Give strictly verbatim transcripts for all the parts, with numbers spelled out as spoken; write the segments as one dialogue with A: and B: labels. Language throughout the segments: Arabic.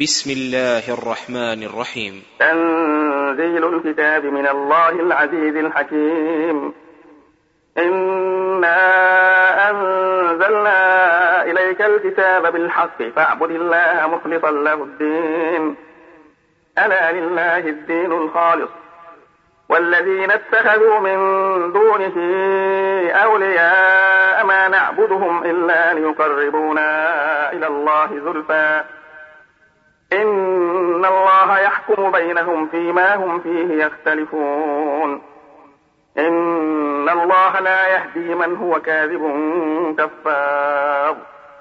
A: بسم الله الرحمن الرحيم.
B: تنزيل الكتاب من الله العزيز الحكيم. إنا أنزلنا إليك الكتاب بالحق فاعبد الله مخلصا له الدين ألا لله الدين الخالص والذين اتخذوا من دونه أولياء ما نعبدهم إلا ليقربونا إلى الله زلفى إن الله يحكم بينهم فيما هم فيه يختلفون إن الله لا يهدي من هو كاذب كفار.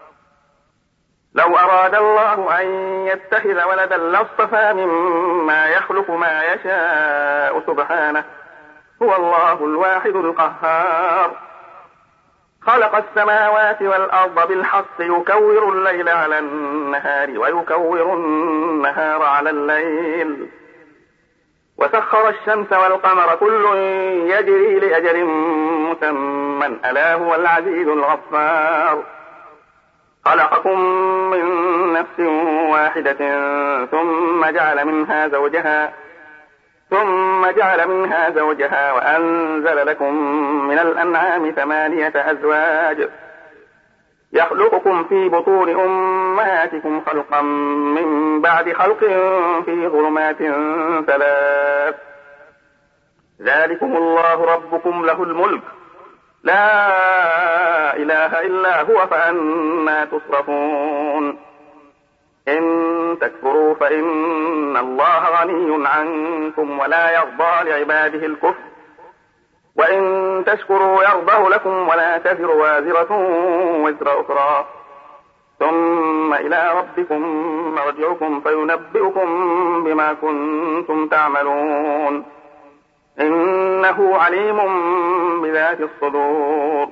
B: لو أراد الله أن يتخذ ولدا لاصطفى مما يخلق ما يشاء سبحانه هو الله الواحد القهار. خلق السماوات والأرض بالحق يكور الليل على النهار ويكور النهار على الليل وسخر الشمس والقمر كل يجري لأجل مسمى ألا هو العزيز الغفار. خلقكم من نفس واحدة ثم جعل منها زوجها ثم جعل منها زوجها وأنزل لكم من الأنعام ثمانية أزواج يخلقكم في بطون أمهاتكم خلقا من بعد خلق في ظلمات ثلاث ذلكم الله ربكم له الملك لا إله إلا هو فأنى تصرفون. إن تكفروا فإن الله غني عنكم ولا يرضى لعباده الكفر وإن تشكروا يرضه لكم ولا تزر وازرة وزر أخرى ثم إلى ربكم مرجعكم فينبئكم بما كنتم تعملون إنه عليم بذات الصدور.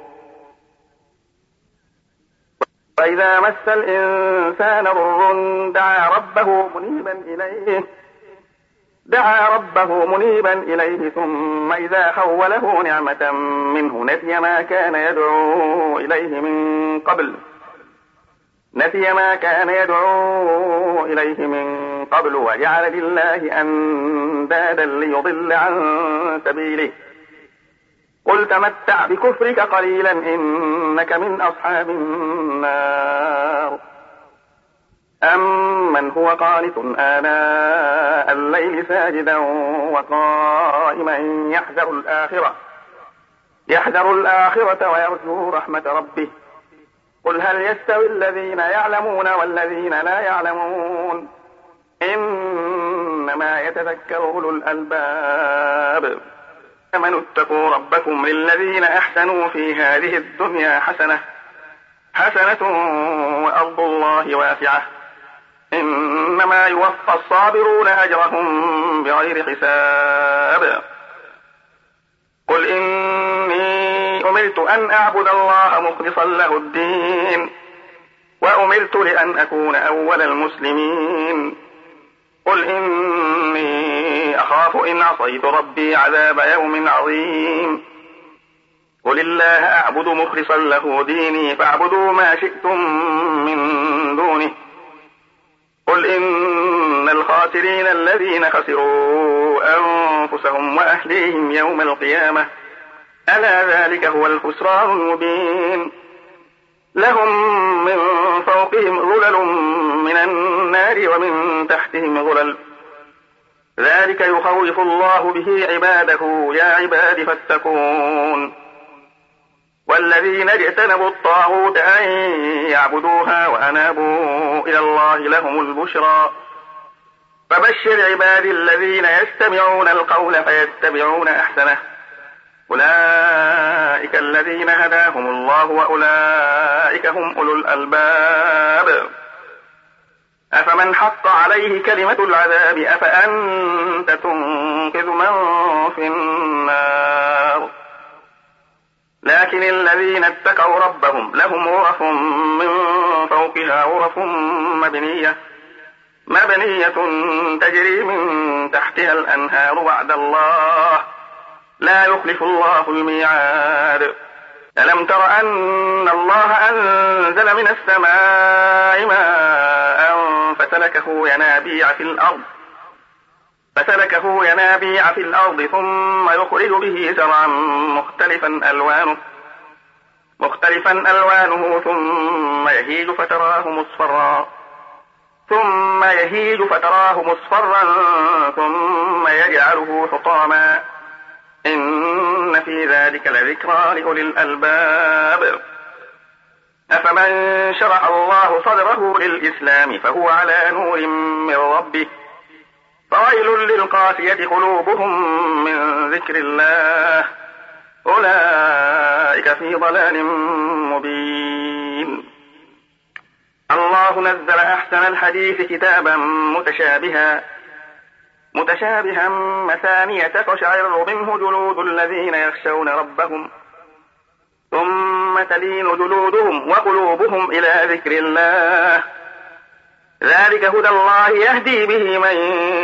B: وإذا مس الإنسان ضر دعا ربه منيبا إليه دعا ربه منيبا إليه ثم إذا خوله نعمة منه نسي ما كان يدعو إليه من قبل نسي ما كان يدعو إليه من قبل وجعل لله أندادا ليضل عن سبيله قل تمتع بكفرك قليلا إنك من أصحاب النار. أمن هو قانت آناء الليل ساجدا وقائما يحذر الآخرة يحذر الآخرة ويرجو رحمة ربه قل هل يستوي الذين يعلمون والذين لا يعلمون إنما يتذكر أولو الألباب. آمنوا اتقوا ربكم للذين أحسنوا في هذه الدنيا حسنة حسنة وأرض الله واسعة إنما يوفى الصابرون أجرهم بغير حساب. قل إني أمرت أن أعبد الله مخلصا له الدين وأمرت لأن أكون أول المسلمين. قل إني أخاف إن عصيت ربي عذاب يوم عظيم. قل الله أعبد مخلصا له ديني فاعبدوا ما شئتم من دونه. قل إن الخاسرين الذين خسروا أنفسهم وأهليهم يوم القيامة ألا ذلك هو الخسران المبين. لهم من فوقهم ظلل من النار ومن تحتهم ظلل ذلك يخوف الله به عباده يا عباد فاتقون. والذين اجتنبوا الطاغوت أن يعبدوها وأنابوا إلى الله لهم البشرى فبشر عباد الذين يستمعون القول فيتبعون أحسنه أولئك الذين هداهم الله وأولئك هم أولو الألباب. أفمن حق عليه كلمة العذاب أفأنت تنقذ من في النار. لكن الذين اتقوا ربهم لهم غرف من فوقها غرف مبنية مبنية تجري من تحتها الأنهار وعد الله لا يخلف الله الميعاد. ألم تر أن الله أنزل من السماء ماء فسلكه ينابيع في الأرض فسلكه ينابيع في الأرض ثم يخرج به زرعا مختلفا ألوانه مختلفا ألوانه ثم يهيج فتراه مصفرا ثم يهيج فتراه مصفرا ثم يجعله حطاما إن في ذلك لذكرى لأولي الألباب. أفمن شرح الله صدره للإسلام فهو على نور من ربه فويل للقاسية قلوبهم من ذكر الله أولئك في ضلال مبين. الله نزل أحسن الحديث كتابا متشابها متشابها مثانية تقشعر منه جلود الذين يخشون ربهم ثم تلين جلودهم وقلوبهم إلى ذكر الله ذلك هدى الله يهدي به من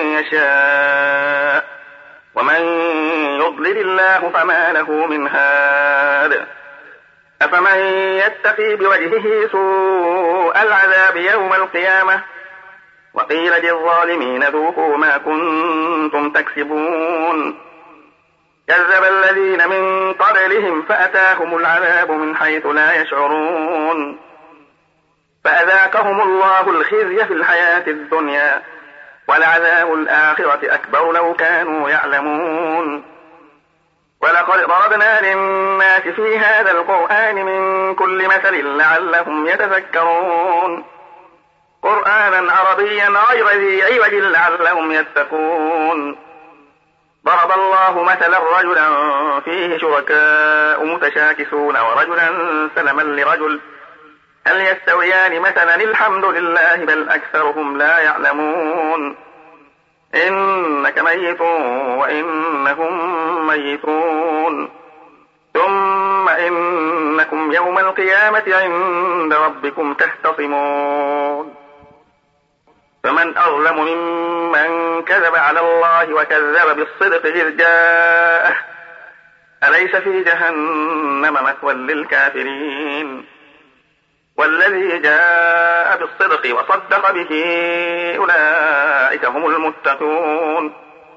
B: يشاء ومن يضلل الله فما له من هاد. أفمن يتقي بوجهه سوء العذاب يوم القيامة وقيل للظالمين ذوقوا ما كنتم تكسبون كذب الذين من قبلهم فأتاهم العذاب من حيث لا يشعرون فأذاقهم الله الخزي في الحياة الدنيا ولعذاب الآخرة أكبر لو كانوا يعلمون. ولقد ضربنا للناس في هذا القرآن من كل مثل لعلهم يتذكرون قرآنا عربيا غير ذي عوج لعلهم يتقون. ضرب الله مثلا رجلا فيه شركاء متشاكسون ورجلا سلما لرجل هل يستويان مثلا الحمد لله بل أكثرهم لا يعلمون. إنك ميت وإنهم ميتون ثم إنكم يوم القيامة عند ربكم تختصمون. فمن أظلم ممن كذب على الله وكذب بالصدق إذ جاءه أليس في جهنم مثوى للكافرين. والذي جاء بالصدق وصدق به أولئك هم المتقون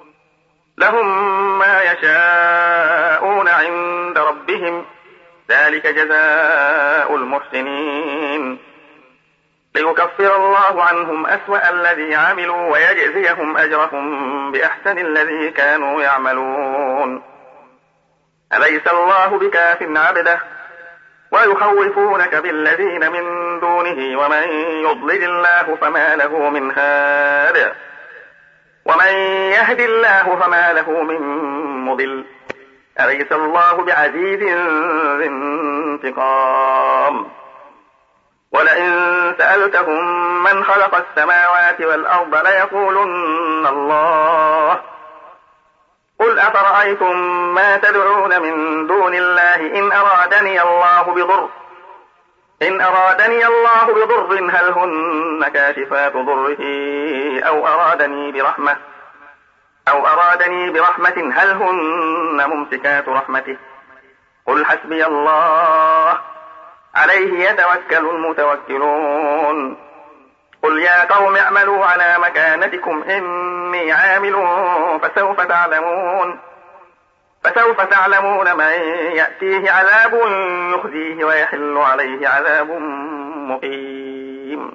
B: لهم ما يشاءون عند ربهم ذلك جزاء المحسنين ليكفر الله عنهم أسوأ الذي عملوا ويجزيهم أجرهم بأحسن الذي كانوا يعملون. أليس الله بكاف عبده ويخوفونك بالذين من دونه ومن يضلل الله فما له من هاد ومن يهد الله فما له من مضل أليس الله بعزيز ذي انتقام. ولئن سألتهم من خلق السماوات والأرض ليقولن الله قل أفرأيتم ما تدعون من دون الله إن أرادني الله بضر إن أرادني الله بضر هل هن كاشفات ضره أو أرادني برحمة أو أرادني برحمة هل هن ممسكات رحمته قل حسبي الله عليه يتوكل المتوكلون. قل يا قوم اعملوا على مكانتكم إني عامل فسوف تعلمون فسوف تعلمون من يأتيه عذاب يخزيه ويحل عليه عذاب مقيم.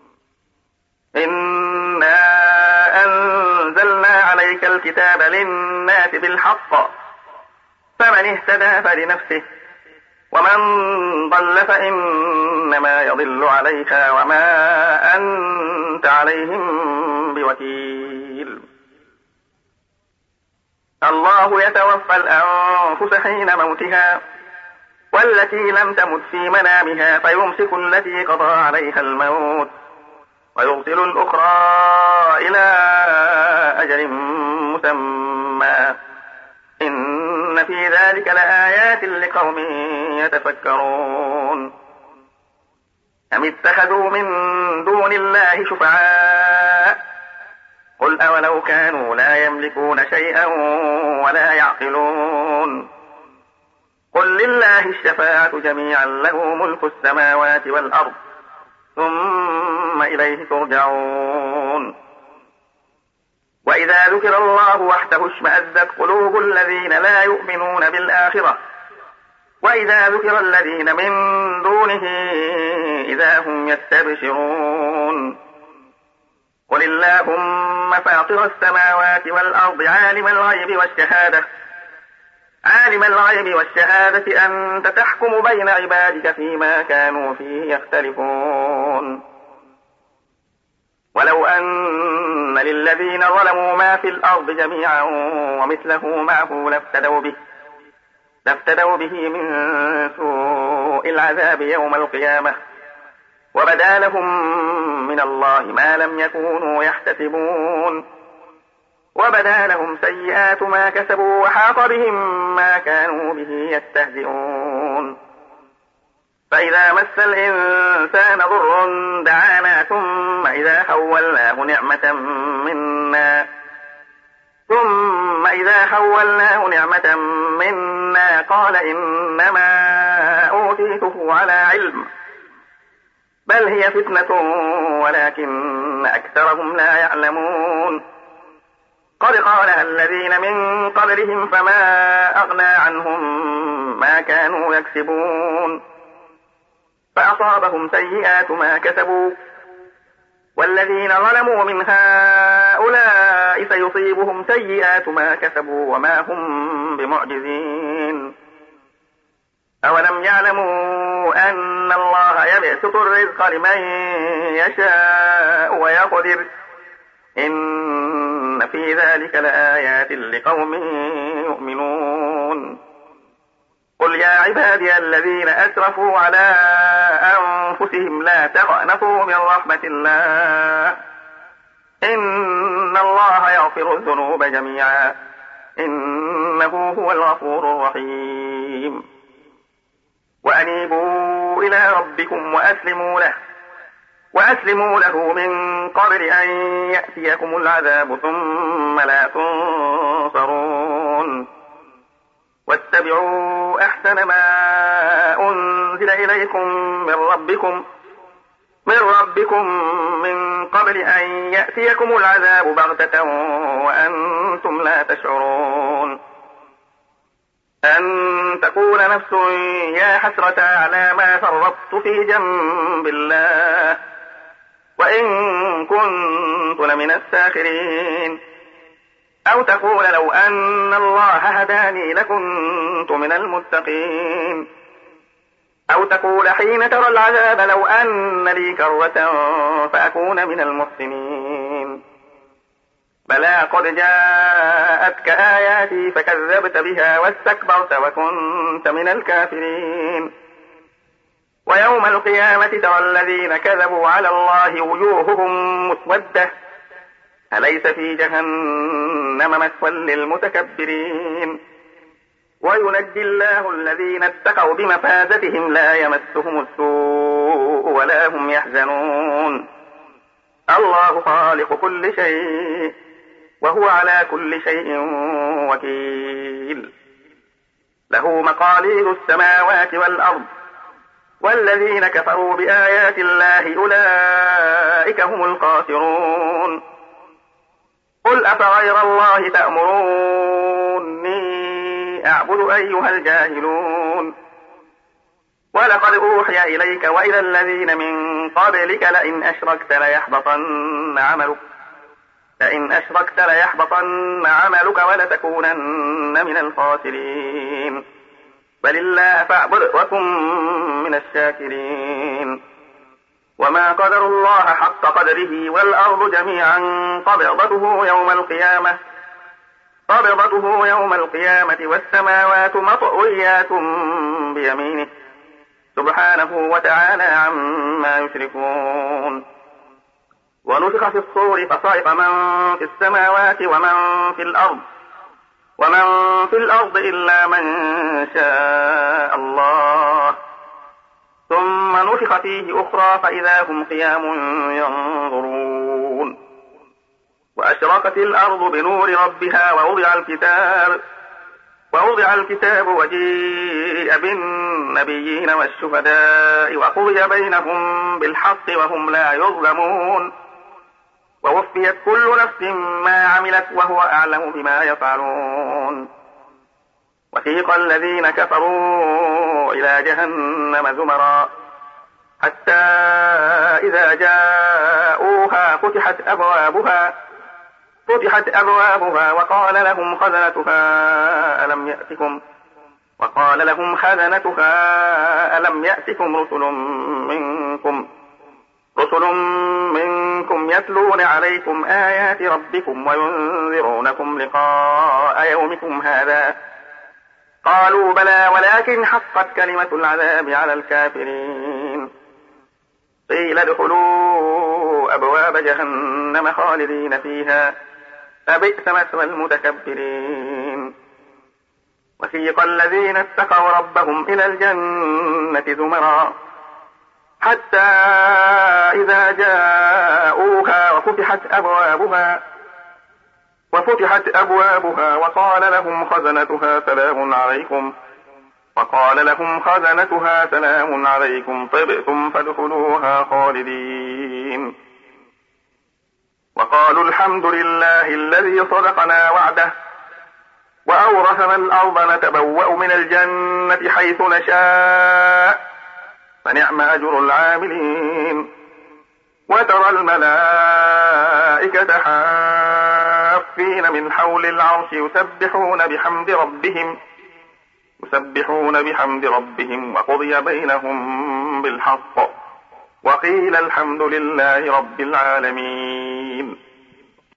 B: إنا أنزلنا عليك الكتاب للناس بالحق فمن اهتدى فلنفسه ومن ضل فإنما يضل عليها وما أنت عليهم بوكيل. الله يتوفى الأنفس حين موتها والتي لم تمت في منامها فيمسك التي قضى عليها الموت ويرسل الأخرى إلى أجل مسمى إن في ذلك لآيات لقوم يتفكرون. أم اتخذوا من دون الله شفعاء قل أولو كانوا لا يملكون شيئا ولا يعقلون قل لله الشفاعة جميعا له ملك السماوات والأرض ثم إليه ترجعون. وإذا ذكر الله وحده اشمأزت قلوب الذين لا يؤمنون بالآخرة، وإذا ذكر الذين من دونه إذا هم يستبشرون. قل اللهم فاطر السماوات والأرض عالم الغيب والشهادة عالم الغيب والشهادة أنت تحكم بين عبادك فيما كانوا فيه يختلفون. ولو أن للذين ظلموا ما في الأرض جميعا ومثله معه لافتدوا به لافتدوا به من سوء العذاب يوم القيامة، وبدا لهم من الله ما لم يكونوا يحتسبون. وبدا لهم سيئات ما كسبوا وحاق بهم ما كانوا به يستهزئون. فإذا مس الإنسان ضر دعانا ثم إذا حولناه نعمة منا ثم إذا حولناه نعمة منا قال إنما أوتيته على علم بل هي فتنة ولكن أكثرهم لا يعلمون. قد قالها الذين من قبلهم فما أغنى عنهم ما كانوا يكسبون فأصابهم سيئات ما كسبوا والذين ظلموا من هؤلاء سيصيبهم سيئات ما كسبوا وما هم بمعجزين. أولم يعلموا أن الله يبسط الرزق لمن يشاء ويقدر إن في ذلك لآيات لقوم يؤمنون. قل يا عبادي الذين أسرفوا على أنفسهم لا تقنطوا من رحمة الله إن الله يغفر الذنوب جميعا إنه هو الغفور الرحيم. وأنيبوا إلى ربكم وأسلموا له وأسلموا له من قبل أن يأتيكم العذاب ثم لا تنصرون. واتبعوا أحسن ما أنزل إليكم من ربكم من ربكم من قبل أن يأتيكم العذاب بغتة وأنتم لا تشعرون. أن تقول نفس يا حسرة على ما فرطت في جنب الله وإن كنت لمن الساخرين. أو تقول لو أن الله هداني لكنت من المتقين. أو تقول حين ترى العذاب لو أن لي كرة فأكون من المحسنين. بلى قد جاءتك آياتي فكذبت بها واستكبرت وكنت من الكافرين. ويوم القيامة ترى الذين كذبوا على الله وجوههم مسودة أليس في جهنم مثوى للمتكبرين. وينجي الله الذين اتقوا بمفازتهم لا يمسهم السوء ولا هم يحزنون. الله خالق كل شيء وهو على كل شيء وكيل. له مقاليد السماوات والأرض والذين كفروا بآيات الله أولئك هم الخاسرون. قل أفغير الله تأمروني أعبد أيها الجاهلون. ولقد أوحي إليك وإلى الذين من قبلك لئن أشركت ليحبطن عملك لئن أشركت ليحبطن عملك ولتكونن من الخاسرين. بل الله فاعبد وكن من الشاكرين. وما قدر الله حق قدره والأرض جميعا قبضته يوم القيامة قبضته يوم القيامة والسماوات مطويات بيمينه سبحانه وتعالى عما يشركون. ونفخ في الصور فصعق من في السماوات ومن في الأرض ومن في الأرض إلا من شاء الله ثم نفخ فيه أخرى فإذا هم قيام ينظرون. وأشرقت الأرض بنور ربها ووضع الكتاب ووضع الكتاب وجيء بالنبيين والشهداء وقضي بينهم بالحق وهم لا يظلمون ووفيت كل نفس ما عملت وهو أعلم بما يفعلون. وسيق الذين كفروا إلى جهنم زمرا حتى إذا جاءوها فتحت أبوابها فتحت أبوابها وقال لهم خزنتها ألم يأتكم وقال لهم خزنتها ألم يأتكم رسل منكم رسل منكم يتلون عليكم آيات ربكم وينذرونكم لقاء يومكم هذا قالوا بلى ولكن حقت كلمة العذاب على الكافرين. قيل ادخلوا أبواب جهنم خالدين فيها فبئس مثوى المتكبرين. وسيق الذين اتقوا ربهم إلى الجنة زمرا حتى إذا جاءوها وفتحت أبوابها وفتحت أبوابها وقال لهم خزنتها سلام عليكم وقال لهم خزنتها سلام عليكم طبتم فادخلوها خالدين. وقالوا الحمد لله الذي صدقنا وعده وأورثنا الأرض نتبوأ من الجنة حيث نشاء فنعم أجر العاملين. وترى الملائكة حافين من حول العرش يسبحون بحمد ربهم يسبحون بحمد ربهم وقضي بينهم بالحق وقيل الحمد لله رب العالمين.